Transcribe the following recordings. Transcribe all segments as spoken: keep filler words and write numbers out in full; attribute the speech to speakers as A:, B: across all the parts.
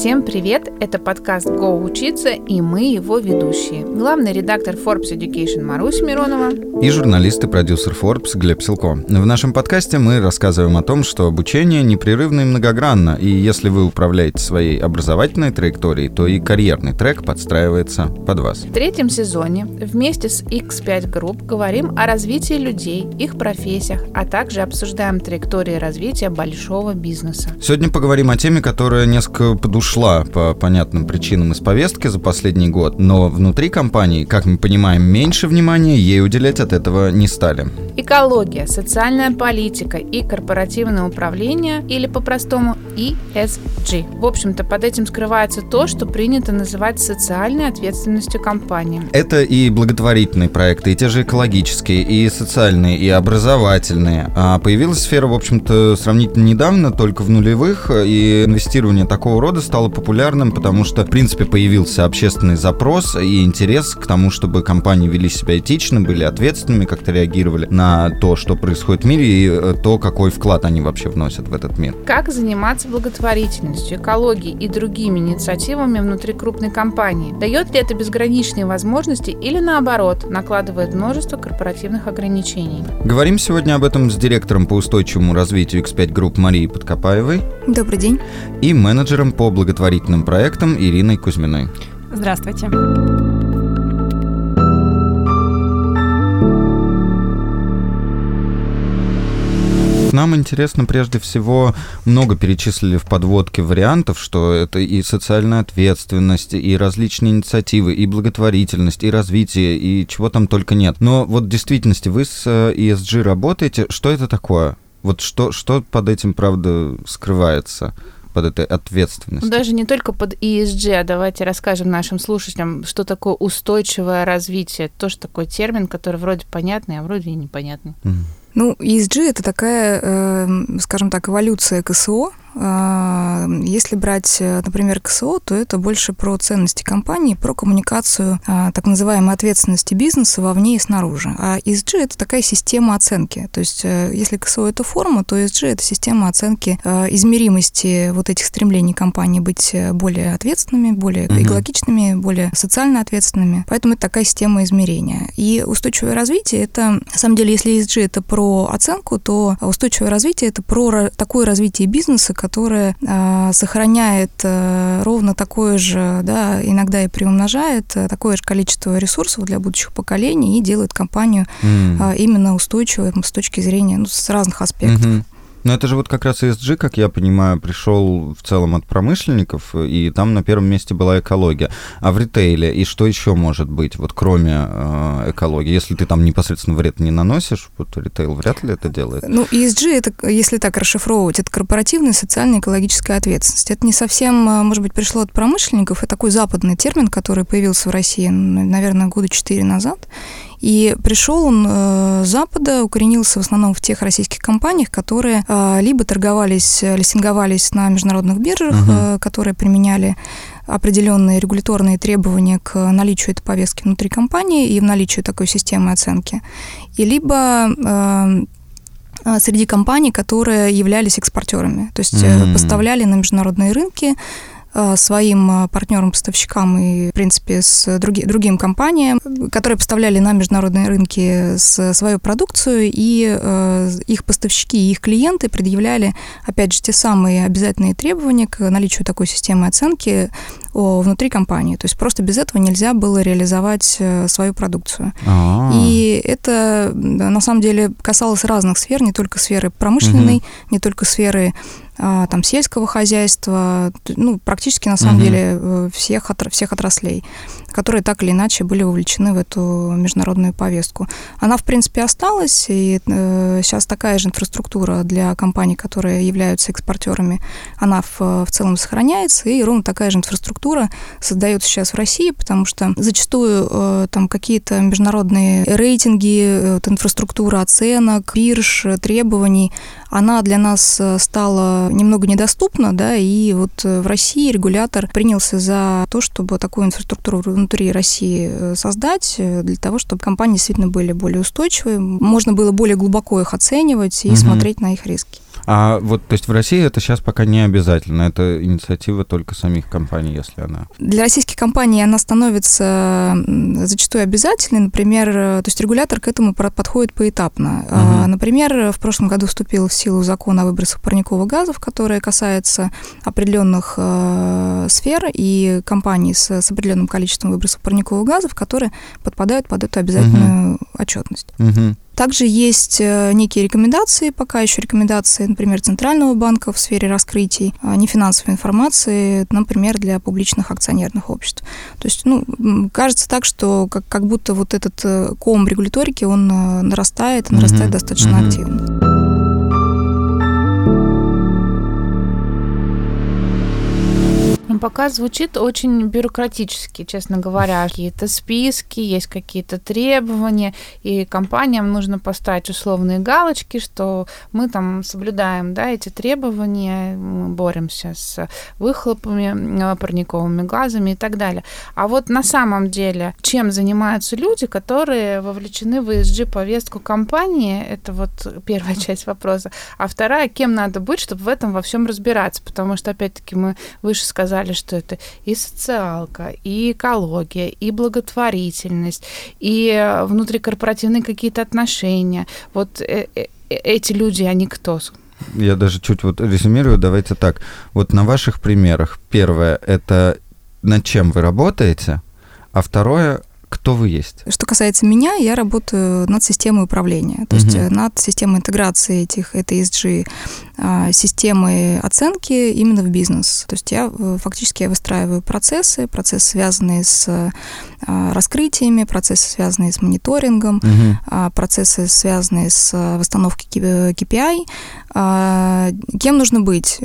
A: Всем привет! Это подкаст «Го учиться» и мы его ведущие. Главный редактор Forbes Education Маруся Миронова
B: и журналист и продюсер Forbes Глеб Силко. В нашем подкасте мы рассказываем о том, что обучение непрерывно и многогранно, и если вы управляете своей образовательной траекторией, то и карьерный трек подстраивается под вас.
A: В третьем сезоне вместе с икс пять Group говорим о развитии людей, их профессиях, а также обсуждаем траектории развития большого бизнеса.
B: Сегодня поговорим о теме, которая несколько подушла по понятным причинам из повестки за последний год, но внутри компании, как мы понимаем, меньше внимания ей уделять от этого не стали.
A: Экология, социальная политика и корпоративное управление, или по-простому и эс джи. В общем-то, под этим скрывается то, что принято называть социальной ответственностью компании.
B: Это и благотворительные проекты, и те же экологические, и социальные, и образовательные. А появилась сфера, в общем-то, сравнительно недавно, только в нулевых, и инвестирование такого рода стало популярным, потому что, в принципе, появился общественный запрос и интерес к тому, чтобы компании вели себя этично, были ответственными, как-то реагировали на то, что происходит в мире, и то, какой вклад они вообще вносят в этот мир.
A: Как заниматься благотворительностью, экологией и другими инициативами внутри крупной компании? Дает ли это безграничные возможности или, наоборот, накладывает множество корпоративных ограничений?
B: Говорим сегодня об этом с директором по устойчивому развитию икс пять Group Марией Подкопаевой.
C: Добрый день.
B: И менеджером по благотворительным проектам Ириной Кузьминой.
C: Здравствуйте.
B: Нам интересно, прежде всего, много перечислили в подводке вариантов, что это и социальная ответственность, и различные инициативы, и благотворительность, и развитие, и чего там только нет. Но вот в действительности вы с и эс джи работаете. Что это такое? Вот что, что под этим, правда, скрывается? Под этой ответственностью.
A: Даже не только под и эс джи, а давайте расскажем нашим слушателям, что такое устойчивое развитие. Тоже такой термин, который вроде понятный, а вроде и непонятный. Mm.
C: Ну, и эс джи — это такая, э, скажем так, эволюция ка эс о. Если брать, например, ка эс о, то это больше про ценности компании, про коммуникацию так называемой ответственности бизнеса вовне и снаружи. А и эс джи — это такая система оценки. То есть, если ка эс о — это форма, то и эс джи — это система оценки измеримости вот этих стремлений компании быть более ответственными, более uh-huh. экологичными, более социально ответственными. Поэтому это такая система измерения. И устойчивое развитие — это, на самом деле, если и эс джи — это про оценку, то устойчивое развитие — это про такое развитие бизнеса, которая э, сохраняет э, ровно такое же, да, иногда и приумножает э, такое же количество ресурсов для будущих поколений и делает компанию mm. э, именно устойчивой с точки зрения, ну, с разных аспектов. Mm-hmm.
B: Но это же вот как раз и эс джи, как я понимаю, пришел в целом от промышленников, и там на первом месте была экология. А в ритейле, и что еще может быть, вот кроме э, экологии? Если ты там непосредственно вред не наносишь, вот ритейл вряд ли это делает.
C: Ну, и эс джи, это, если так расшифровывать, это корпоративная социальная экологическая ответственность. Это не совсем, может быть, пришло от промышленников, это такой западный термин, который появился в России, наверное, года четыре назад. И пришел он э, с Запада, укоренился в основном в тех российских компаниях, которые э, либо торговались, листинговались на международных биржах, uh-huh. э, которые применяли определенные регуляторные требования к наличию этой повестки внутри компании и в наличию такой системы оценки, и либо э, среди компаний, которые являлись экспортерами, то есть uh-huh. поставляли на международные рынки своим партнерам-поставщикам и, в принципе, с други, другим компаниям, которые поставляли на международные рынки свою продукцию, и э, их поставщики и их клиенты предъявляли, опять же, те самые обязательные требования к наличию такой системы оценки о, внутри компании. То есть просто без этого нельзя было реализовать свою продукцию. А-а-а. И это, на самом деле, касалось разных сфер, не только сферы промышленной, угу. не только сферы там, сельского хозяйства, ну, практически, на самом uh-huh. деле, всех, всех отраслей, которые так или иначе были вовлечены в эту международную повестку. Она, в принципе, осталась, и э, сейчас такая же инфраструктура для компаний, которые являются экспортерами, она в, в целом сохраняется, и ровно такая же инфраструктура создается сейчас в России, потому что зачастую э, там какие-то международные рейтинги, э, инфраструктура оценок, бирж, требований, она для нас стала немного недоступна, да, и вот в России регулятор принялся за то, чтобы такую инфраструктуру внутри России создать, для того, чтобы компании действительно были более устойчивые, можно было более глубоко их оценивать и угу. смотреть на их риски.
B: А вот, то есть в России это сейчас пока не обязательно, это инициатива только самих компаний, если она...
C: Для российских компаний она становится зачастую обязательной, например, то есть регулятор к этому подходит поэтапно. Uh-huh. Например, в прошлом году вступил в силу закон о выбросах парниковых газов, который касается определенных э, сфер и компаний с, с определенным количеством выбросов парниковых газов, которые подпадают под эту обязательную uh-huh. отчетность. Uh-huh. Также есть некие рекомендации, пока еще рекомендации, например, Центрального банка в сфере раскрытий нефинансовой информации, например, для публичных акционерных обществ. То есть, ну, кажется так, что как, как будто вот этот ком регуляторики, он нарастает, нарастает mm-hmm. достаточно mm-hmm. активно.
A: Пока звучит очень бюрократически, честно говоря. Какие-то списки, есть какие-то требования, и компаниям нужно поставить условные галочки, что мы там соблюдаем, да, эти требования, мы боремся с выхлопами, парниковыми газами и так далее. А вот на самом деле, чем занимаются люди, которые вовлечены в и эс джи-повестку компании, это вот первая часть вопроса. А вторая, кем надо быть, чтобы в этом во всем разбираться, потому что, опять-таки, мы выше сказали, что это и социалка, и экология, и благотворительность, и внутрикорпоративные какие-то отношения. Вот эти люди, они кто?
B: Я даже чуть вот резюмирую, давайте так. Вот на ваших примерах первое – это над чем вы работаете, а второе – кто вы есть?
C: Что касается меня, я работаю над системой управления, то uh-huh. есть над системой интеграции этих, этой и эс джи, системой оценки именно в бизнес. То есть я фактически я выстраиваю процессы, процессы, связанные с раскрытиями, процессы, связанные с мониторингом, uh-huh. процессы, связанные с восстановкой кей пи ай. Кем нужно быть?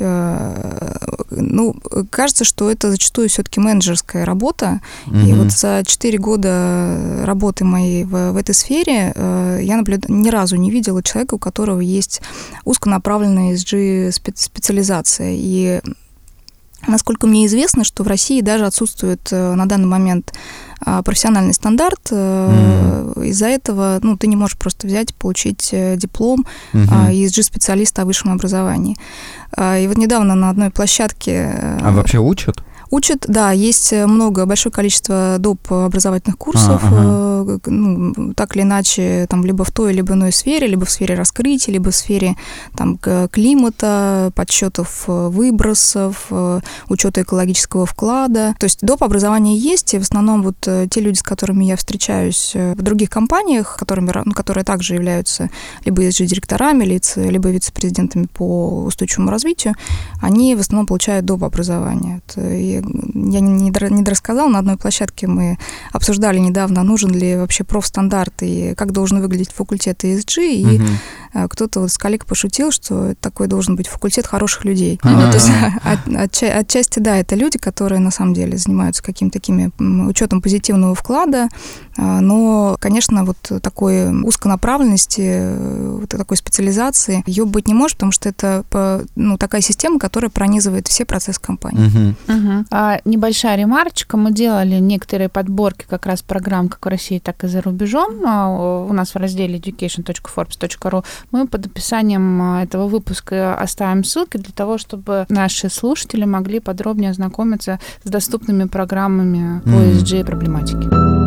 C: Ну, кажется, что это зачастую все-таки менеджерская работа, uh-huh. и вот за четыре года работы моей в, в этой сфере я наблюд... ни разу не видела человека, у которого есть узконаправленная и эс джи-специализация. И насколько мне известно, что в России даже отсутствует на данный момент профессиональный стандарт. Mm-hmm. Из-за этого ну, ты не можешь просто взять, получить диплом mm-hmm. и эс джи-специалиста о высшем образовании. И вот недавно на одной площадке...
B: А вообще учат?
C: Учат, да, есть много, большое количество доп. Образовательных курсов, а, ага. ну, так или иначе, там, либо в той, либо иной сфере, либо в сфере раскрытия, либо в сфере там, климата, подсчетов выбросов, учета экологического вклада. То есть доп. Образование есть, и в основном вот те люди, с которыми я встречаюсь в других компаниях, которыми, ну, которые также являются либо и эс джи-директорами, либо вице-президентами по устойчивому развитию, они в основном получают доп. Образование. И я не дорассказала, на одной площадке мы обсуждали недавно, нужен ли вообще профстандарт и как должен выглядеть факультет и эс джи, и uh-huh. кто-то вот с коллег пошутил, что такой должен быть факультет хороших людей. Uh-huh. Ну, то есть от, от, отчасти, да, это люди, которые на самом деле занимаются какими-то такими учетом позитивного вклада, но, конечно, вот такой узконаправленности, вот такой специализации, ее быть не может, потому что это ну, такая система, которая пронизывает все процессы компании.
A: Uh-huh. Uh-huh. А, небольшая ремарочка. Мы делали некоторые подборки как раз программ как в России, так и за рубежом. А, у нас в разделе education точка forbes точка ru мы под описанием этого выпуска оставим ссылки для того, чтобы наши слушатели могли подробнее ознакомиться с доступными программами по mm-hmm. и эс джи-проблематике.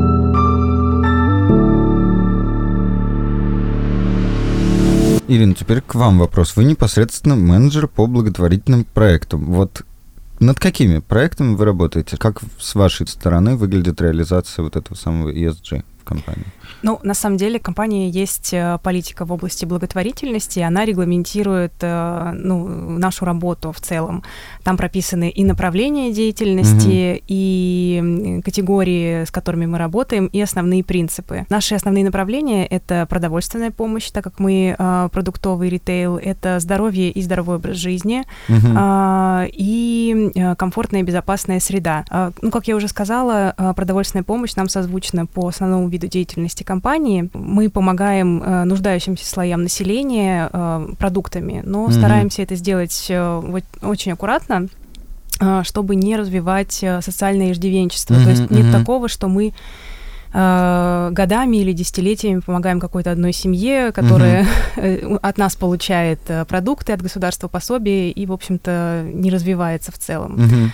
B: Ирина, теперь к вам вопрос. Вы непосредственно менеджер по благотворительным проектам. Вот над какими проектами вы работаете? Как с вашей стороны выглядит реализация вот этого самого и эс джи в компании?
D: Ну, на самом деле, в компании есть политика в области благотворительности, она регламентирует ну, нашу работу в целом. Там прописаны и направления деятельности, угу. и категории, с которыми мы работаем, и основные принципы. Наши основные направления — это продовольственная помощь, так как мы продуктовый ритейл, это здоровье и здоровый образ жизни, угу. и комфортная и безопасная среда. Ну, как я уже сказала, продовольственная помощь нам созвучна по основному виду деятельности компании. Мы помогаем э, нуждающимся слоям населения э, продуктами, но mm-hmm. стараемся это сделать э, вот, очень аккуратно, э, чтобы не развивать э, социальное иждивенчество. Mm-hmm. То есть нет mm-hmm. такого, что мы э, годами или десятилетиями помогаем какой-то одной семье, которая mm-hmm. от нас получает продукты, от государства пособия и, в общем-то, не развивается в целом. Mm-hmm.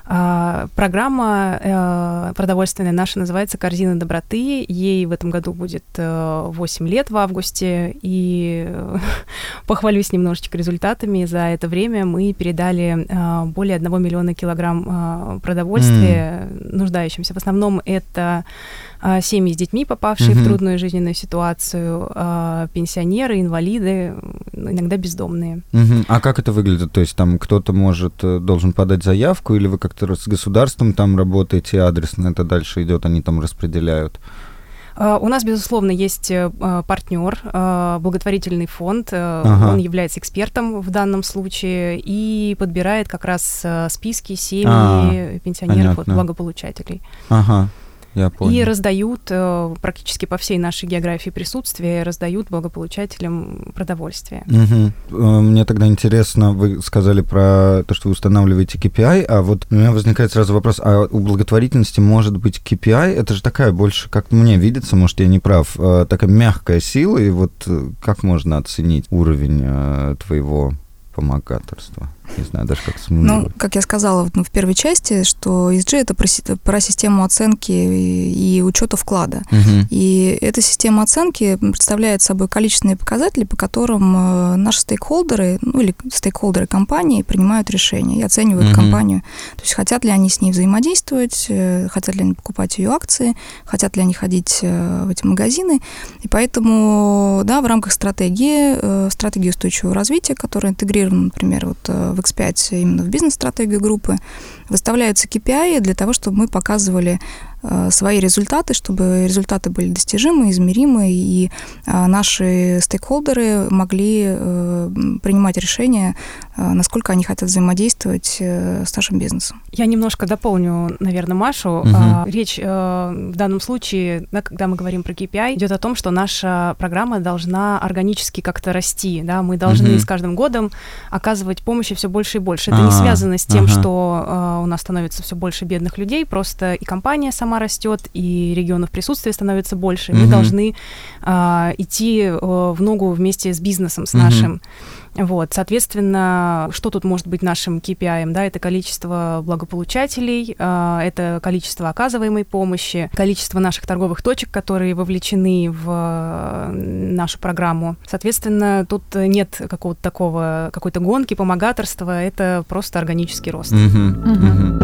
D: Программа э, продовольственная наша называется «Корзина доброты». Ей в этом году будет э, восемь лет в августе. И э, похвалюсь немножечко результатами. За это время мы передали э, более одного миллиона килограмм э, продовольствия mm. нуждающимся. В основном это э, семьи с детьми, попавшие mm-hmm. в трудную жизненную ситуацию, э, пенсионеры, инвалиды, иногда бездомные.
B: Mm-hmm. А как это выглядит? То есть там кто-то может, должен подать заявку, или вы как-то с государством там работаете, адресно это дальше идет, они там распределяют?
D: У нас, безусловно, есть партнер, благотворительный фонд, ага. он является экспертом в данном случае и подбирает как раз списки семьи а, пенсионеров, вот, благополучателей. Ага.
B: Я понял.
D: И раздают э, практически по всей нашей географии присутствия, раздают благополучателям продовольствие.
B: Угу. Мне тогда интересно, вы сказали про то, что вы устанавливаете кей пи ай, а вот у меня возникает сразу вопрос, а у благотворительности может быть кей пи ай? Это же такая больше, как мне видится, может, я не прав, такая мягкая сила, и вот как можно оценить уровень твоего помогаторства? Не знаю даже, как сформулировать.
C: Ну, как я сказала ну, в первой части, что и эс джи — это про, про систему оценки и, и учета вклада. Uh-huh. И эта система оценки представляет собой количественные показатели, по которым э, наши стейкхолдеры, ну или стейкхолдеры компании принимают решения и оценивают uh-huh. компанию. То есть хотят ли они с ней взаимодействовать, э, хотят ли они покупать ее акции, хотят ли они ходить э, в эти магазины. И поэтому, да, в рамках стратегии, э, стратегии устойчивого развития, которая интегрирована, например, вот э, в икс пять именно в бизнес-стратегию группы, выставляются кей пи ай для того, чтобы мы показывали э, свои результаты, чтобы результаты были достижимы, измеримы, и э, наши стейкхолдеры могли э, принимать решения, э, насколько они хотят взаимодействовать э, с нашим бизнесом.
D: Я немножко дополню, наверное, Машу. Угу. А, речь э, в данном случае, да, когда мы говорим про кей пи ай, идет о том, что наша программа должна органически как-то расти. Да? Мы должны угу. с каждым годом оказывать помощь все больше и больше. Это А-а-а. не связано с тем, ага. что э, у нас становится все больше бедных людей, просто и компания сама растет, и регионов присутствия становится больше. Угу. Мы должны э, идти э, в ногу вместе с бизнесом, с угу. нашим. Вот, соответственно, что тут может быть нашим кей пи ай? Да, это количество благополучателей, э, это количество оказываемой помощи, количество наших торговых точек, которые вовлечены в нашу программу. Соответственно, тут нет какого-то такого, какой-то гонки, помогаторства, это просто органический рост.
B: Угу, угу. Угу.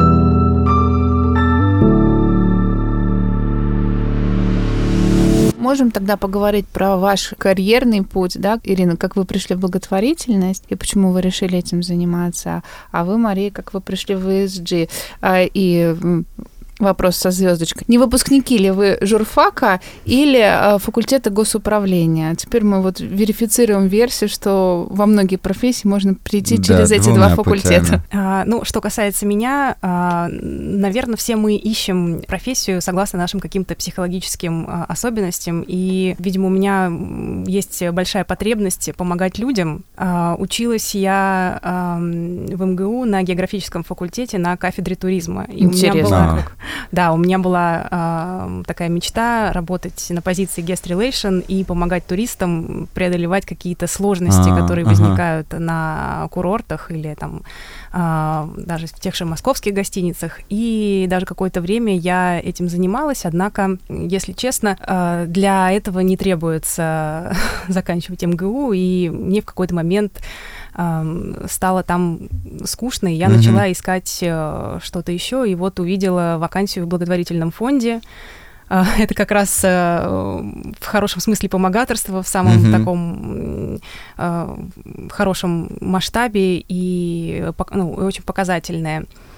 A: Можем тогда поговорить про ваш карьерный путь, да, Ирина, как вы пришли в благотворительность и почему вы решили этим заниматься, а вы, Мария, как вы пришли в и эс джи. И вопрос со звездочкой. Не выпускники ли вы журфака или э, факультета госуправления? Теперь мы вот верифицируем версию, что во многие профессии можно прийти да, через эти два факультета.
D: А, ну, что касается меня, а, наверное, все мы ищем профессию согласно нашим каким-то психологическим а, особенностям, и, видимо, у меня есть большая потребность помогать людям. А, училась я а, в эм гэ у на географическом факультете на кафедре туризма. И
A: Интересно.
D: У меня была, да, у меня была а, такая мечта работать на позиции guest relation и помогать туристам преодолевать какие-то сложности, а, которые ага. возникают на курортах или там а, даже в тех же московских гостиницах. И даже какое-то время я этим занималась, однако, если честно, а, для этого не требуется заканчивать эм гэ у, и мне в какой-то момент стало там скучно, и я mm-hmm. начала искать э, что-то еще, и вот увидела вакансию в благотворительном фонде. Э, это как раз э, в хорошем смысле помогаторство, в самом mm-hmm. таком э, хорошем масштабе и ну, очень показательное.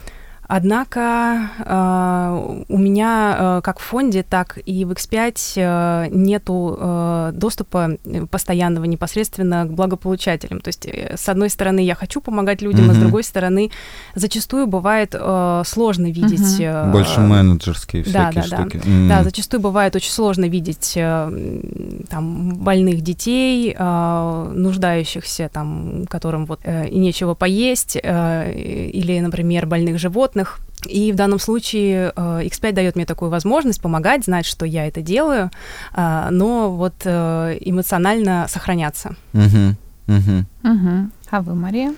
D: Однако э, у меня э, как в фонде, так и в икс пять э, нету э, доступа постоянного непосредственно к благополучателям. То есть, э, с одной стороны, я хочу помогать людям, mm-hmm. а с другой стороны, зачастую бывает э, сложно видеть... Mm-hmm. Э,
B: Больше менеджерские
D: да,
B: всякие
D: да,
B: штуки.
D: Да. Mm-hmm. да, зачастую бывает очень сложно видеть э, там, больных детей, э, нуждающихся, там, которым вот, э, и нечего поесть, э, или, например, больных животных. И в данном случае э, икс пять дает мне такую возможность помогать, знать, что я это делаю, э, но вот э, эмоционально сохраняться.
B: Uh-huh. Uh-huh.
A: Uh-huh. А вы, Мария?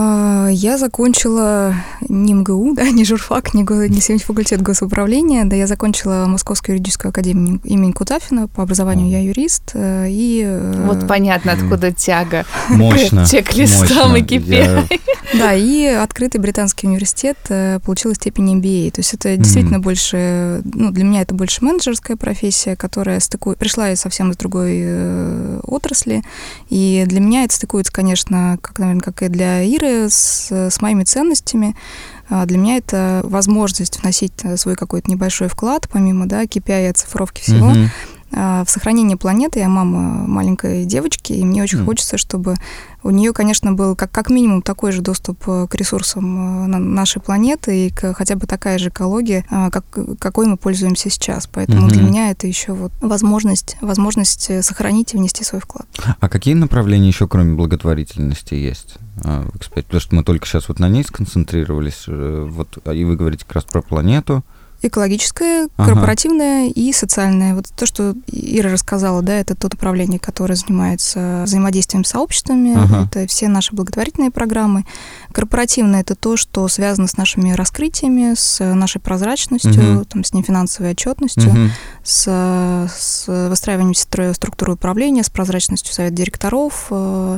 C: Я закончила не эм гэ у, да, не журфак, не, го, не факультет госуправления, да, я закончила Московскую юридическую академию имени Кутафина, по образованию я юрист, и...
A: Вот понятно, откуда тяга
B: мощно,
A: к чек-листам и кей пи ай.
C: Я... Да, и открытый британский университет получила степень эм би эй, то есть это действительно mm. больше, ну, для меня это больше менеджерская профессия, которая стыкует, пришла из совсем из другой э, отрасли, и для меня это стыкуется, конечно, как, наверное, как и для Иры, с, с моими ценностями. Для меня это возможность вносить свой какой-то небольшой вклад, помимо, да, кей пи ай и оцифровки всего, mm-hmm. в сохранение планеты. Я мама маленькой девочки, и мне очень mm-hmm. хочется, чтобы у нее, конечно, был как, как минимум такой же доступ к ресурсам нашей планеты и к, хотя бы такая же экология, как, какой мы пользуемся сейчас. Поэтому mm-hmm. для меня это еще вот возможность, возможность сохранить и внести свой вклад.
B: А какие направления еще, кроме благотворительности, есть в икс пять? Потому что мы только сейчас вот на ней сконцентрировались, вот, и вы говорите как раз про планету.
C: Экологическое, корпоративное ага. и социальное. Вот то, что Ира рассказала, да, это то направление, которое занимается взаимодействием с сообществами, ага. это все наши благотворительные программы. Корпоративное — это то, что связано с нашими раскрытиями, с нашей прозрачностью, угу. там, с нефинансовой отчетностью, угу. с, с выстраиванием структуры управления, с прозрачностью совета директоров.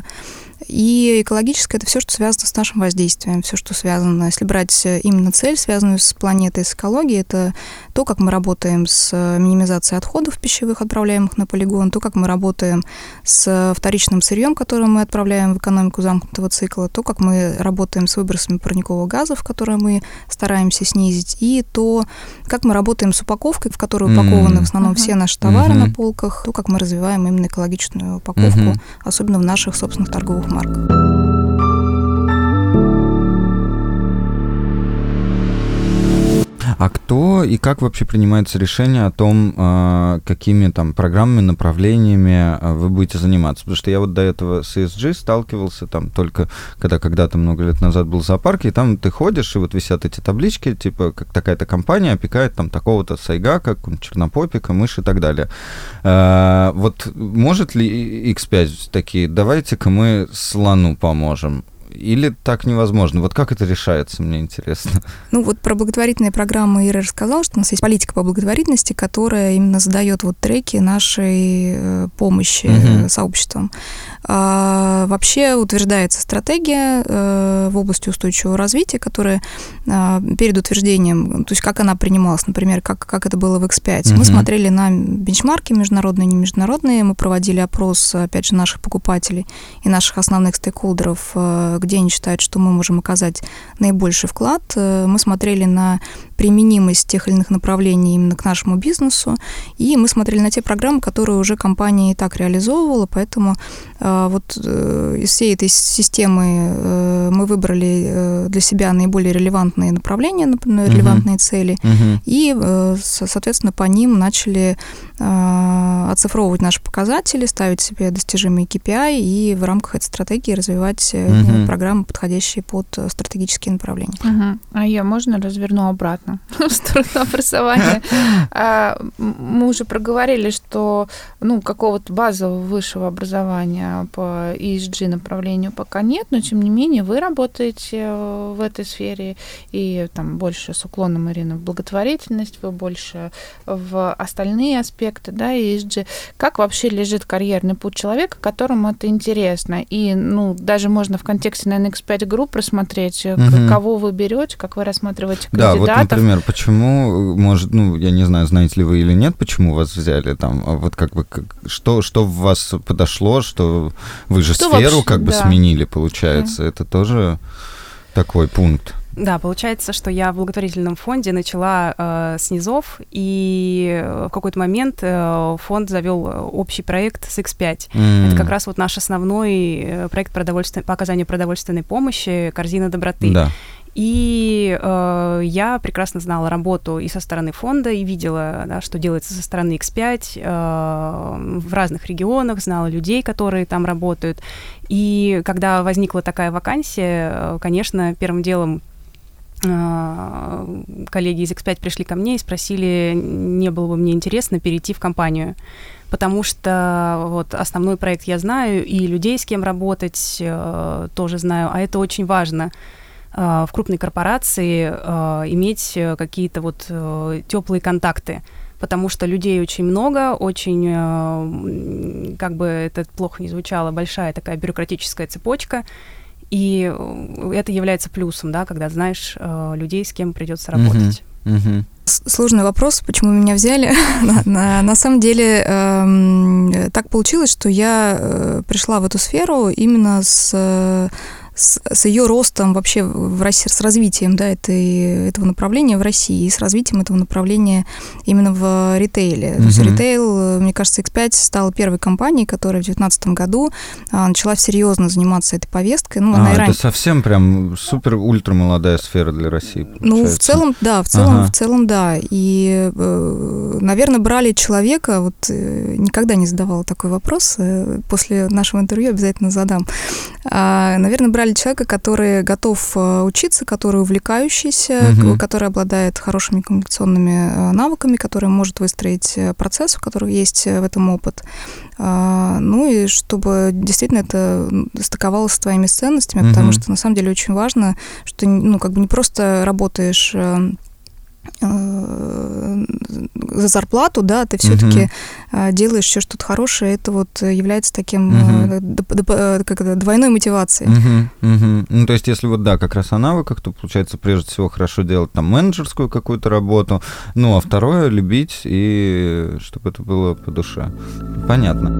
C: И экологическое — это все, что связано с нашим воздействием, все, что связано, если брать именно цель, связанную с планетой, с экологией, это то, как мы работаем с минимизацией отходов пищевых, отправляемых на полигон, то, как мы работаем с вторичным сырьем, которое мы отправляем в экономику замкнутого цикла, то, как мы работаем с выбросами парниковых газов, которые мы стараемся снизить, и то, как мы работаем с упаковкой, в которую упакованы mm-hmm. в основном uh-huh. все наши товары mm-hmm. на полках, то, как мы развиваем именно экологичную упаковку, mm-hmm. особенно в наших собственных торговых марках.
B: А кто и как вообще принимается решение о том, какими там программами, направлениями вы будете заниматься? Потому что я вот до этого с и эс джи сталкивался там только, когда когда-то много лет назад был в зоопарке, и там ты ходишь, и вот висят эти таблички, типа, как такая-то компания опекает там такого-то сайгака, чернопопика, мышь и так далее. А, вот может ли икс пять такие, давайте-ка мы слону поможем? Или так невозможно? Вот как это решается, мне интересно.
C: Ну вот про благотворительные программы Ира рассказала, что у нас есть политика по благотворительности, которая именно задает вот треки нашей э, помощи uh-huh. сообществам. А, вообще утверждается стратегия э, в области устойчивого развития, которая э, перед утверждением, то есть как она принималась, например, как, как это было в икс пять. Uh-huh. Мы смотрели на бенчмарки международные, не международные, мы проводили опрос, опять же, наших покупателей и наших основных стейкхолдеров, э, где они считают, что мы можем оказать наибольший вклад. Мы смотрели на применимость тех или иных направлений именно к нашему бизнесу, и мы смотрели на те программы, которые уже компания и так реализовывала, поэтому вот из всей этой системы мы выбрали для себя наиболее релевантные направления, релевантные uh-huh. цели, uh-huh. и, соответственно, по ним начали оцифровывать наши показатели, ставить себе достижимые кей пи ай и в рамках этой стратегии развивать uh-huh. программы, подходящие под стратегические направления.
A: Uh-huh. А я, можно, разверну обратно в сторону образования? Мы уже проговорили, что ну, какого-то базового высшего образования по и эс джи направлению пока нет, но, тем не менее, вы работаете в этой сфере и там больше с уклоном, Ирина, в благотворительность, вы больше в остальные аспекты, да, и эс джи. Как вообще лежит карьерный путь человека, которому это интересно? И, ну, даже можно в контексте, наверное, икс пять групп просмотреть, угу. кого вы берете, как вы рассматриваете кандидатов.
B: Да, вот, например, почему, может, ну, я не знаю, знаете ли вы или нет, почему вас взяли там, вот как бы, как, что, что в вас подошло, что вы же что сферу вообще, как бы да. сменили, получается, да. это тоже такой пункт.
D: Да, получается, что я в благотворительном фонде начала э, с низов, и в какой-то момент э, фонд завел общий проект с икс пять. Mm. Это как раз вот наш основной проект продовольствия, по оказанию продовольственной помощи «Корзина доброты».
B: Да.
D: И э, я прекрасно знала работу и со стороны фонда, и видела, да, что делается со стороны икс пять э, в разных регионах, знала людей, которые там работают. И когда возникла такая вакансия, конечно, первым делом э, коллеги из икс пять пришли ко мне и спросили, не было бы мне интересно перейти в компанию. Потому что вот основной проект я знаю, и людей, с кем работать, э, тоже знаю, а это очень важно. В крупной корпорации э, иметь какие-то вот э, теплые контакты, потому что людей очень много, очень, э, как бы это плохо не звучало, большая такая бюрократическая цепочка, и это является плюсом, да, когда знаешь э, людей, с кем придется работать.
B: Uh-huh. Uh-huh.
C: Сложный вопрос, почему меня взяли. на, на, на самом деле э, так получилось, что я э, пришла в эту сферу именно с... с, с ее ростом вообще в России, с развитием, да, этой, этого направления в России и с развитием этого направления именно в ритейле. Mm-hmm. То есть ритейл, мне кажется, икс пять стала первой компанией, которая в две тысячи девятнадцатом году а, начала серьезно заниматься этой повесткой. Ну,
B: а, это
C: ран...
B: совсем прям супер-ультра молодая сфера для России, получается.
C: Ну, в целом, да, в целом,
B: ага.
C: в целом, да. И, наверное, брали человека, вот никогда не задавала такой вопрос, после нашего интервью обязательно задам. Наверное, брали человека, который готов учиться, который увлекающийся, угу. который обладает хорошими коммуникационными навыками, который может выстроить процесс, у которого есть в этом опыт. Ну и чтобы действительно это стыковалось с твоими ценностями, угу. потому что на самом деле очень важно, что ну, как бы не просто работаешь за зарплату, да, ты все-таки uh-huh. делаешь все что-то хорошее, это вот является таким uh-huh. как это, двойной мотивацией.
B: Uh-huh. Uh-huh. Ну, то есть, если вот, да, как раз о навыках, то, получается, прежде всего хорошо делать там менеджерскую какую-то работу, ну, а второе — любить, и чтобы это было по душе. Понятно.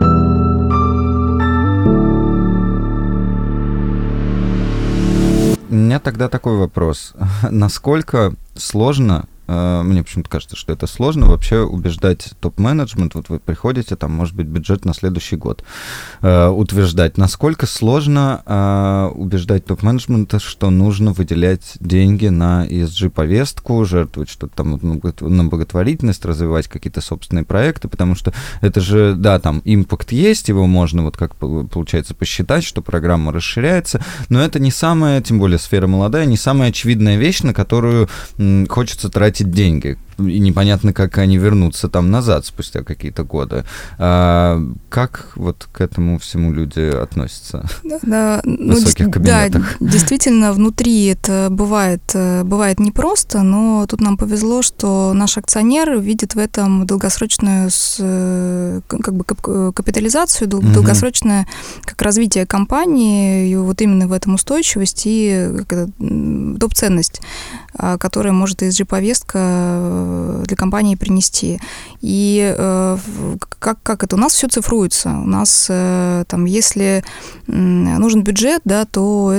B: У меня тогда такой вопрос. Насколько сложно, мне почему-то кажется, что это сложно, вообще убеждать топ-менеджмент, вот вы приходите, там, может быть, бюджет на следующий год э, утверждать, насколько сложно э, убеждать топ-менеджмента, что нужно выделять деньги на и эс джи-повестку, жертвовать что-то там на благотворительность, развивать какие-то собственные проекты, потому что это же, да, там, импакт есть, его можно, вот как получается, посчитать, что программа расширяется, но это не самая, тем более сфера молодая, не самая очевидная вещь, на которую м, хочется тратить деньги, и непонятно, как они вернутся там назад спустя какие-то годы. А как вот к этому всему люди относятся
C: да,
B: в высоких
C: ну,
B: кабинетах?
C: Да, действительно, внутри это бывает, бывает непросто, но тут нам повезло, что наш акционер видит в этом долгосрочную как бы капитализацию, угу. долгосрочное как развитие компании, и вот именно в этом устойчивость и топ-ценность, которая может и эс джи-повестка для компании принести. И э, как, как это? У нас все цифруется. У нас э, там, если э, нужен бюджет, да, то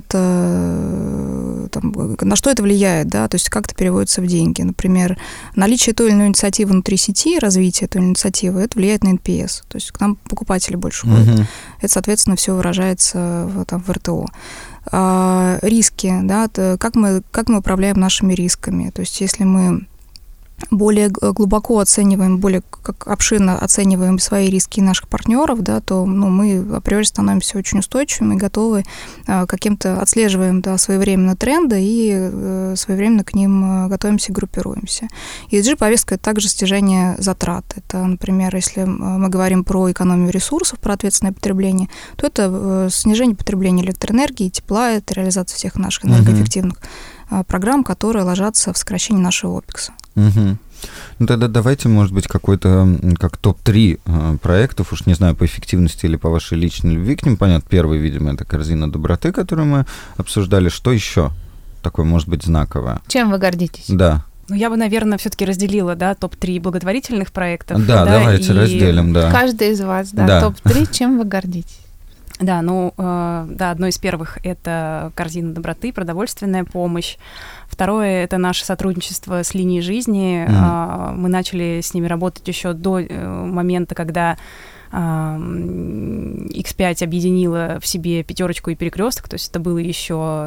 C: это там, на что это влияет, да, то есть как это переводится в деньги. Например, наличие той или иной инициативы внутри сети, развитие той или иной инициативы, это влияет на эн пи эс. То есть к нам покупатели больше ходят. Uh-huh. Это, соответственно, все выражается в, там, в эр тэ о. А, риски, да, как мы, как мы управляем нашими рисками. То есть если мы более глубоко оцениваем, более как обширно оцениваем свои риски наших партнеров, да, то ну, мы априори становимся очень устойчивыми и готовы э, каким-то, отслеживаем да, своевременно тренды и э, своевременно к ним готовимся и группируемся. и эс джи-повестка — это также снижение затрат. Это, например, если мы говорим про экономию ресурсов, про ответственное потребление, то это э, снижение потребления электроэнергии, тепла, это реализация всех наших энергоэффективных uh-huh. программ, которые ложатся в сокращение нашего опекса.
B: Угу. Ну тогда давайте, может быть, какой-то как топ-три э, проектов, уж не знаю, по эффективности или по вашей личной любви к ним. Понятно, первый, видимо, это «Корзина доброты», которую мы обсуждали. Что еще такое, может быть, знаковое?
A: Чем вы гордитесь?
B: Да.
D: Ну, я бы, наверное, все-таки разделила, да, топ-три благотворительных проектов.
B: Да,
D: да,
B: давайте
D: и...
B: разделим, да.
A: Каждый из вас, да, да. топ-три, чем вы гордитесь?
D: Да, ну, э, да, одно из первых — это корзина доброты, продовольственная помощь. Второе — это наше сотрудничество с линией жизни. Mm-hmm. Э, мы начали с ними работать еще до э, момента, когда э, икс пять объединила в себе пятерочку и перекресток, то есть это было еще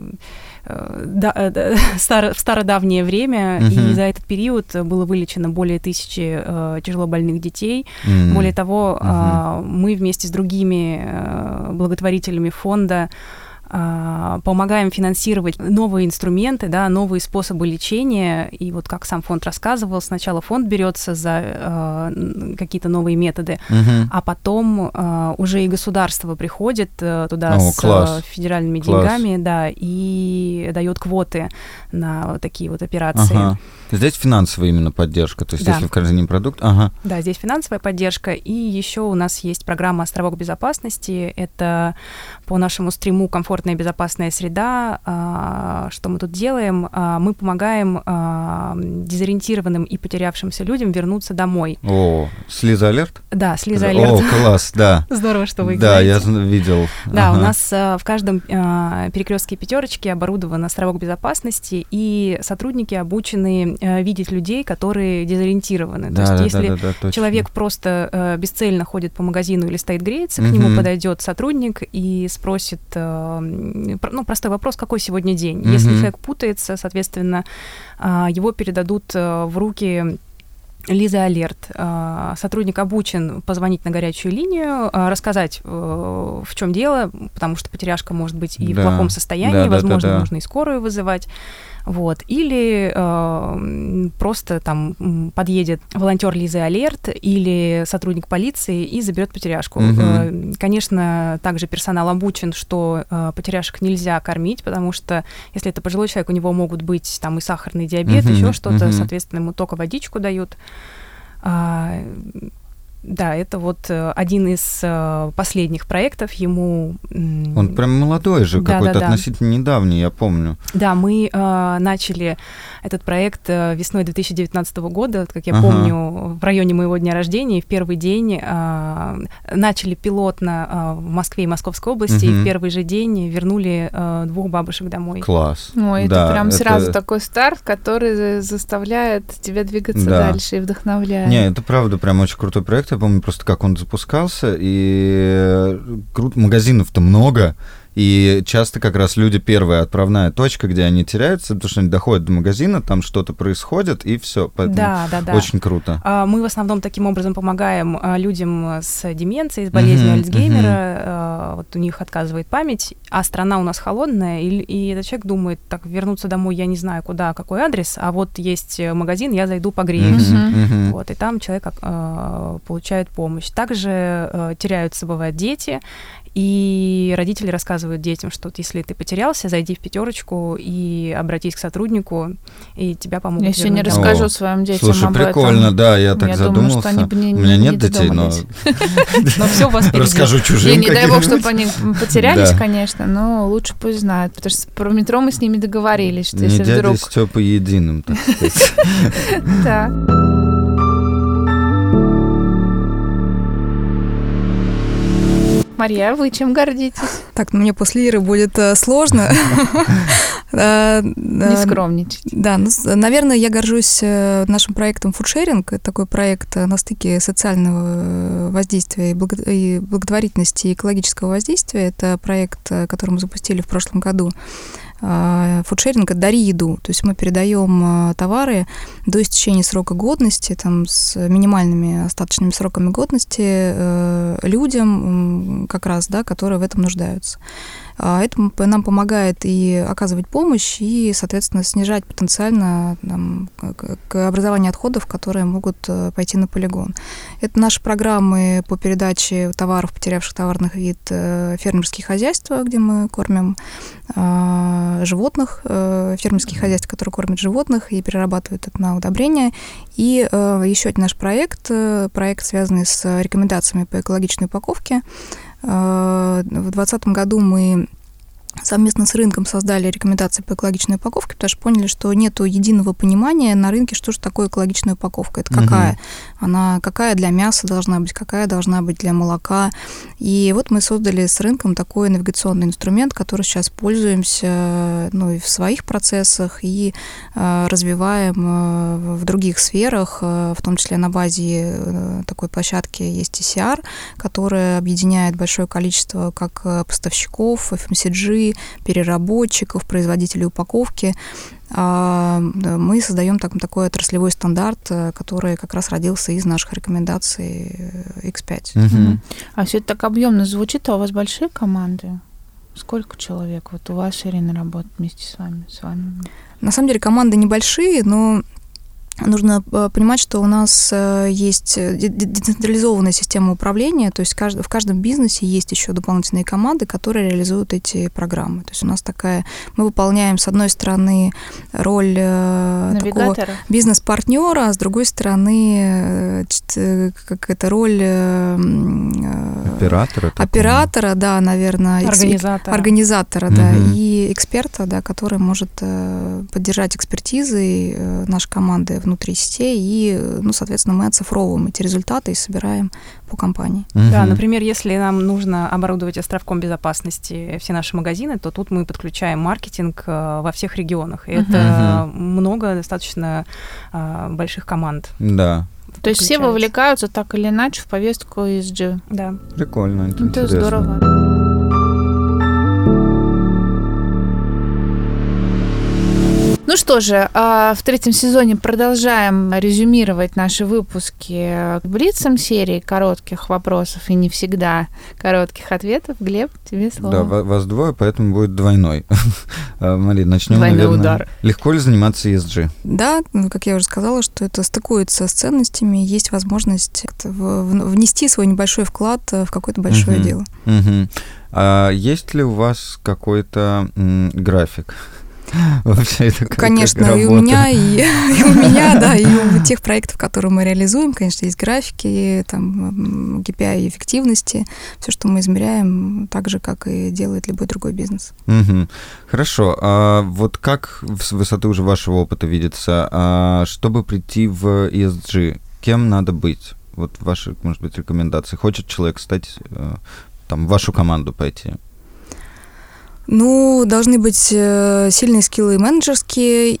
D: э, да, да, старо, в стародавнее время, mm-hmm. и за этот период было вылечено более тысячи э, тяжелобольных детей. Mm-hmm. Более того, mm-hmm. э, мы вместе с другими э, благотворителями фонда помогаем финансировать новые инструменты, да, новые способы лечения. И вот как сам фонд рассказывал, сначала фонд берется за э, какие-то новые методы, угу. а потом э, уже и государство приходит э, туда О, с класс. федеральными класс. деньгами, да, и дает квоты на вот такие вот операции.
B: Ага. Здесь финансовая именно поддержка, то есть да. если в корзине продукт... Ага.
D: Да, здесь финансовая поддержка, и еще у нас есть программа «Островок безопасности». Это по нашему стриму «Комфортная и безопасная среда». Что мы тут делаем? Мы помогаем дезориентированным и потерявшимся людям вернуться домой.
B: О, Слиза Алерт?
D: Да, Слиза Алерт.
B: О, класс, да.
D: Здорово, что вы
B: Да, я видел.
D: Да, ага. у нас в каждом перекрестке пятерочки оборудован островок безопасности, и сотрудники обучены видеть людей, которые дезориентированы.
B: Да,
D: То есть
B: да,
D: если
B: да, да,
D: человек просто э, бесцельно ходит по магазину или стоит греется, mm-hmm. к нему подойдет сотрудник и спросит, э, ну, простой вопрос, какой сегодня день. Mm-hmm. Если человек путается, соответственно, э, его передадут э, в руки Лизы Алерт. Сотрудник обучен позвонить на горячую линию, рассказать, в чем дело, потому что потеряшка может быть и да, в плохом состоянии, да, возможно, да, да, нужно и скорую вызывать. Вот. Или э, просто там подъедет волонтер Лизы Алерт или сотрудник полиции и заберет потеряшку. Угу. Э, конечно, также персонал обучен, что э, потеряшек нельзя кормить, потому что если это пожилой человек, у него могут быть там и сахарный диабет, угу, еще что-то, угу. соответственно, ему только водичку дают. А, да, это вот один из последних проектов. Ему...
B: Он прям молодой же, да, какой-то да, относительно да. недавний, я помню.
D: Да, мы э, начали этот проект весной две тысячи девятнадцатого года, как я ага. помню, в районе моего дня рождения. И в первый день э, начали пилотно э, в Москве и Московской области, угу. и в первый же день вернули э, двух бабушек домой.
B: Класс.
A: Ой,
B: да,
A: это прям
B: это...
A: сразу такой старт, который заставляет тебя двигаться да. дальше и вдохновляет.
B: Не, это правда прям очень крутой проект. Я помню просто, как он запускался, и круто, магазинов-то много, и часто как раз люди первая отправная точка, где они теряются, потому что они доходят до магазина, там что-то происходит, и все. Поэтому да, да, да. очень круто.
D: Мы в основном таким образом помогаем людям с деменцией, с болезнью uh-huh, Альцгеймера. Uh-huh. Вот у них отказывает память, а страна у нас холодная, и, и этот человек думает, так, вернуться домой я не знаю куда, какой адрес, а вот есть магазин, я зайду погреюсь. Uh-huh, uh-huh. Вот, и там человек э, получает помощь. Также э, теряются, бывают, дети, и родители рассказывают детям, что вот если ты потерялся, зайди в пятерочку и обратись к сотруднику, и тебя помогут.
A: Я еще не расскажу О, своим детям
B: слушай,
A: об этом.
B: Слушай, прикольно, да, я так
A: я
B: задумался.
A: Думаю, что они бы не,
B: У меня
A: не
B: нет детей, но...
D: Но все у вас впереди.
B: Расскажу чужим.
A: Не дай бог, чтобы они потерялись, конечно, но лучше пусть знают, потому что про метро мы с ними договорились, что если вдруг...
B: Не дядя Стёпа единым, так сказать.
A: Да. Мария, вы чем гордитесь?
C: Так, ну мне после Иры будет э, сложно.
A: Не скромничать.
C: Да, ну, наверное, я горжусь нашим проектом фудшеринг. Это такой проект на стыке социального воздействия и благотворительности и экологического воздействия. Это проект, который мы запустили в прошлом году. Фудшеринг — это «Дари еду». То есть мы передаем товары до истечения срока годности, там, с минимальными остаточными сроками годности людям, как раз, да, которые в этом нуждаются. Это нам помогает и оказывать помощь, и, соответственно, снижать потенциально там, к образованию отходов, которые могут пойти на полигон. Это наши программы по передаче товаров, потерявших товарный вид, фермерские хозяйства, где мы кормим животных, фермерские хозяйства, которые кормят животных и перерабатывают это на удобрения. И еще один наш проект, проект, связанный с рекомендациями по экологичной упаковке. В двадцатом году мы совместно с рынком создали рекомендации по экологичной упаковке, потому что поняли, что нет единого понимания на рынке, что же такое экологичная упаковка. Это какая? Uh-huh. Она какая для мяса должна быть, какая должна быть для молока. И вот мы создали с рынком такой навигационный инструмент, который сейчас пользуемся, ну, и в своих процессах, и э, развиваем э, в других сферах, э, в том числе на базе э, такой площадки есть ти си ар, которая объединяет большое количество как поставщиков, эф эм си джи, переработчиков, производителей упаковки. Мы создаем так, такой отраслевой стандарт, который как раз родился из наших рекомендаций икс пять.
A: Угу. А все это так объемно звучит, а у вас большие команды? Сколько человек вот у вас, Ирина, работает вместе с вами? С вами?
C: На самом деле команды небольшие, но нужно понимать, что у нас есть децентрализованная система управления, то есть в каждом бизнесе есть еще дополнительные команды, которые реализуют эти программы. То есть у нас такая... Мы выполняем, с одной стороны, роль такого бизнес-партнера, а с другой стороны, как это роль...
B: Оператора.
C: Оператора, такого. Да, наверное.
D: Организатора.
C: Организатора, угу. Да, и эксперта, да, который может поддержать экспертизой нашей команды внутри сетей, и, ну, соответственно, мы оцифровываем эти результаты и собираем по компании.
D: Uh-huh. Да, например, если нам нужно оборудовать островком безопасности все наши магазины, то тут мы подключаем маркетинг во всех регионах. И uh-huh. это много достаточно uh, больших команд.
B: Да.
A: То есть все вовлекаются так или иначе в повестку и эс джи.
D: Да.
B: Прикольно, это,
A: это
B: интересно.
A: Здорово. Ну что же, в третьем сезоне продолжаем резюмировать наши выпуски блицем серии коротких вопросов и не всегда коротких ответов. Глеб, тебе слово.
B: Да, вас двое, поэтому будет двойной. Мария, начнем,
A: Двойной
B: наверное.
A: Удар.
B: Легко ли заниматься и эс джи?
C: Да, как я уже сказала, что это стыкуется с ценностями, есть возможность внести свой небольшой вклад в какое-то большое uh-huh. дело.
B: Uh-huh. А есть ли у вас какой-то м, график? Вообще это как,
C: конечно,
B: как
C: и у меня, и, и у меня, да, и у тех проектов, которые мы реализуем, конечно, есть графики, там, кей пи ай эффективности, все, что мы измеряем, так же, как и делает любой другой бизнес.
B: Угу. Хорошо. А вот как с высоты уже вашего опыта видится, а чтобы прийти в и эс джи, кем надо быть? Вот ваши, может быть, рекомендации. Хочет человек стать, там, в вашу команду пойти?
C: Ну, должны быть сильные скиллы менеджерские,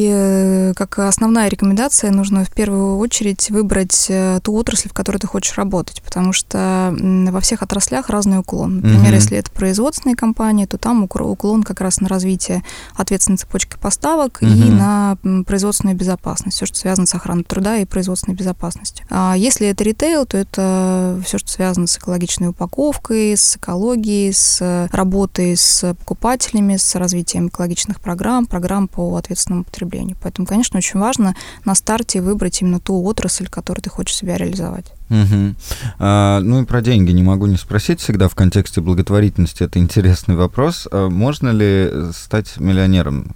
C: и как основная рекомендация нужно в первую очередь выбрать ту отрасль, в которой ты хочешь работать, потому что во всех отраслях разный уклон. Например, mm-hmm. если это производственные компании, то там уклон как раз на развитие ответственной цепочки поставок mm-hmm. и на производственную безопасность, все, что связано с охраной труда и производственной безопасностью. А если это ритейл, то это все, что связано с экологичной упаковкой, с экологией, с работой с покупателями, с развитием экологичных программ, программ по ответственному потреблению. Поэтому, конечно, очень важно на старте выбрать именно ту отрасль, которую ты хочешь себя реализовать.
B: Угу. А, ну и про деньги не могу не спросить всегда в контексте благотворительности. Это интересный вопрос. А можно ли стать миллионером,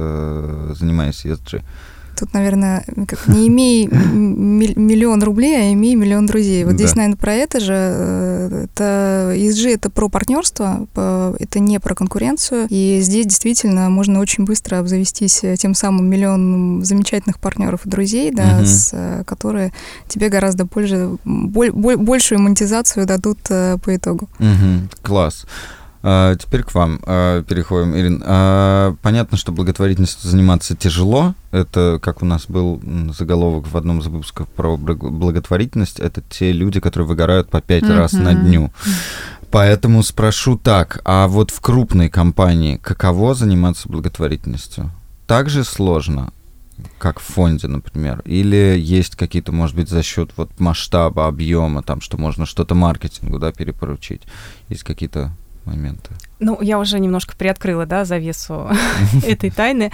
B: э, занимаясь и эс джи?
C: Тут, наверное, как не имей миллион рублей, а имей миллион друзей. Вот да. Здесь, наверное, про это же. Это и эс джи — это про партнерство, это не про конкуренцию. И здесь действительно можно очень быстро обзавестись тем самым миллионом замечательных партнеров и друзей, да, угу. с, которые тебе гораздо больше, боль, большую монетизацию дадут по итогу.
B: Угу. Класс. А, теперь к вам а, переходим, Ирин. А, понятно, что благотворительностью заниматься тяжело. Это, как у нас был заголовок в одном из выпусков про благотворительность, это те люди, которые выгорают по пять mm-hmm. раз на дню. Поэтому спрошу так, а вот в крупной компании каково заниматься благотворительностью? Так же сложно, как в фонде, например? Или есть какие-то, может быть, за счет вот масштаба, объема, там, что можно что-то маркетингу, да, перепоручить? Есть какие-то моменты?
D: Ну, я уже немножко приоткрыла, да, завесу этой тайны,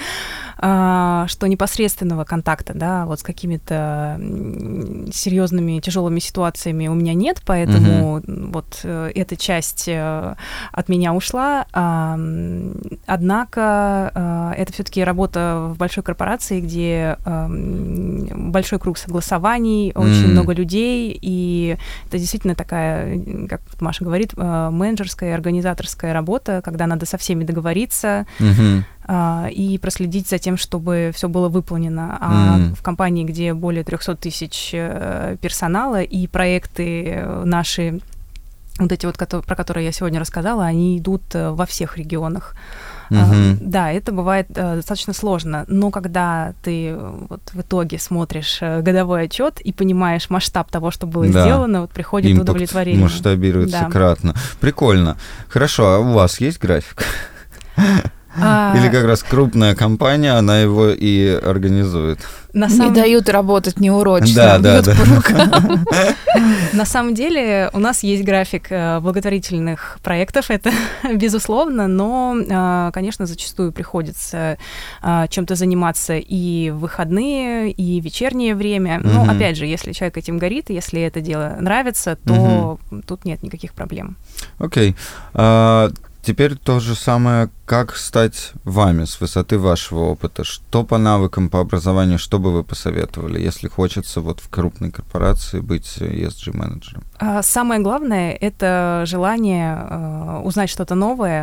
D: что непосредственного контакта, да, вот с какими-то серьезными, тяжелыми ситуациями у меня нет, поэтому uh-huh. вот эта часть от меня ушла. Однако это все-таки работа в большой корпорации, где большой круг согласований, очень mm. много людей, и это действительно такая, как Маша говорит, менеджерская, организаторская работа, когда надо со всеми договориться, mm-hmm. и проследить за тем, чтобы все было выполнено. А mm. в компании, где более триста тысяч персонала, и проекты наши, вот эти вот, про которые я сегодня рассказала, они идут во всех регионах. Uh-huh. Да, это бывает достаточно сложно, но когда ты вот в итоге смотришь годовой отчет и понимаешь масштаб того, что было да. сделано, вот приходит Импакт удовлетворение.
B: Масштабируется да. кратно. Прикольно. Хорошо, а у вас есть график? А... Или как раз крупная компания, она его и организует?
A: На самом... Не дают работать неурочно, да, бьют да, по да. рукам.
D: На самом деле у нас есть график благотворительных проектов, это безусловно, но, конечно, зачастую приходится чем-то заниматься и в выходные, и в вечернее время. Но, угу. опять же, если человек этим горит, если это дело нравится, то угу. тут нет никаких проблем.
B: Окей. Okay. Uh... Теперь то же самое, как стать вами с высоты вашего опыта. Что по навыкам, по образованию, что бы вы посоветовали, если хочется вот в крупной корпорации быть и эс джи-менеджером?
D: Самое главное — это желание узнать что-то новое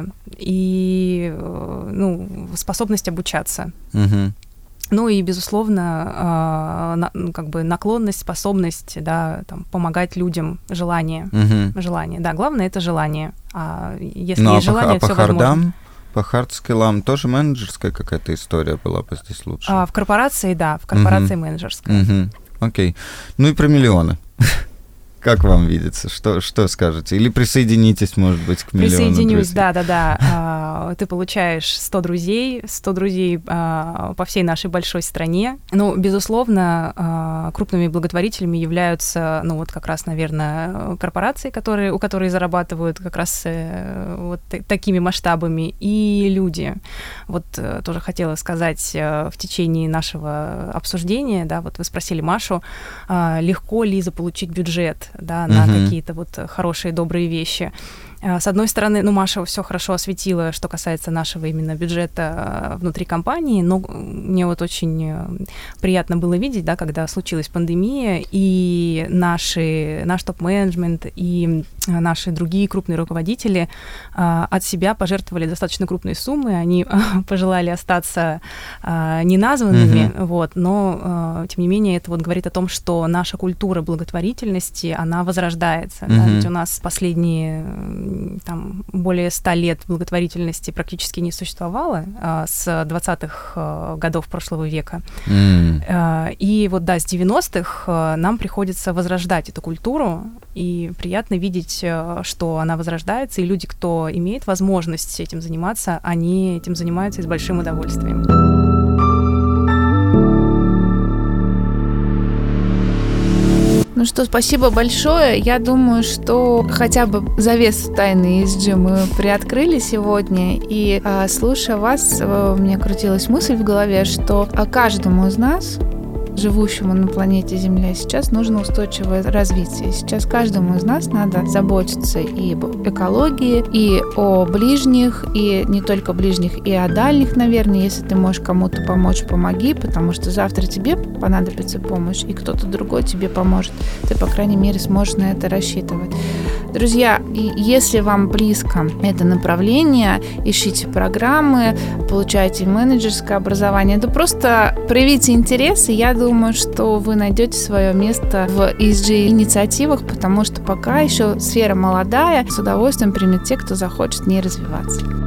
D: и ну, способность обучаться. Угу. Ну и, безусловно, э, на, как бы наклонность, способность, да, там, помогать людям, желание, угу. желание. Да, главное — это желание. А если ну, есть а желание,
B: по,
D: все
B: а по
D: возможно.
B: Хардам, по хардскиллам тоже менеджерская какая-то история была бы здесь лучше?
D: А, в корпорации, да, в корпорации угу. менеджерская.
B: Угу. Окей. Ну и про миллионы. Как вам видится? Что, что скажете? Или присоединитесь, может быть, к миллиону
D: Присоединюсь,
B: друзей?
D: да-да-да. Ты получаешь сто друзей, сто друзей по всей нашей большой стране. Ну, безусловно, крупными благотворителями являются, ну, вот как раз, наверное, корпорации, которые, у которых зарабатывают как раз вот такими масштабами, и люди. Вот тоже хотела сказать в течение нашего обсуждения, да, вот вы спросили Машу, легко ли заполучить бюджет, да, на uh-huh. какие-то вот хорошие, добрые вещи. С одной стороны, ну, Маша все хорошо осветила, что касается нашего именно бюджета внутри компании, но мне вот очень приятно было видеть, да, когда случилась пандемия, и наши, наш топ-менеджмент и наши другие крупные руководители от себя пожертвовали достаточно крупные суммы, они пожелали остаться неназванными, mm-hmm. вот, но, тем не менее, это вот говорит о том, что наша культура благотворительности, она возрождается, mm-hmm. да, ведь у нас последние там более ста лет благотворительности практически не существовало а, с двадцатых а, годов прошлого века. Mm. А, и вот, да, с девяностых а, нам приходится возрождать эту культуру, и приятно видеть, а, что она возрождается, и люди, кто имеет возможность этим заниматься, они этим занимаются и с большим удовольствием.
A: Ну что, спасибо большое. Я думаю, что хотя бы завесу тайны и эс джи мы приоткрыли сегодня. И, слушая вас, у меня крутилась мысль в голове, что каждому из нас, живущему на планете Земля, сейчас нужно устойчивое развитие. Сейчас каждому из нас надо заботиться и об экологии, и о ближних, и не только ближних, и о дальних, наверное. Если ты можешь кому-то помочь, помоги, потому что завтра тебе понадобится помощь, и кто-то другой тебе поможет. Ты, по крайней мере, сможешь на это рассчитывать. Друзья, если вам близко это направление, ищите программы, получайте менеджерское образование, то просто проявите интерес, и я думаю, Думаю, что вы найдете свое место в и эс джи-инициативах, потому что пока еще сфера молодая, с удовольствием примет те, кто захочет в ней развиваться.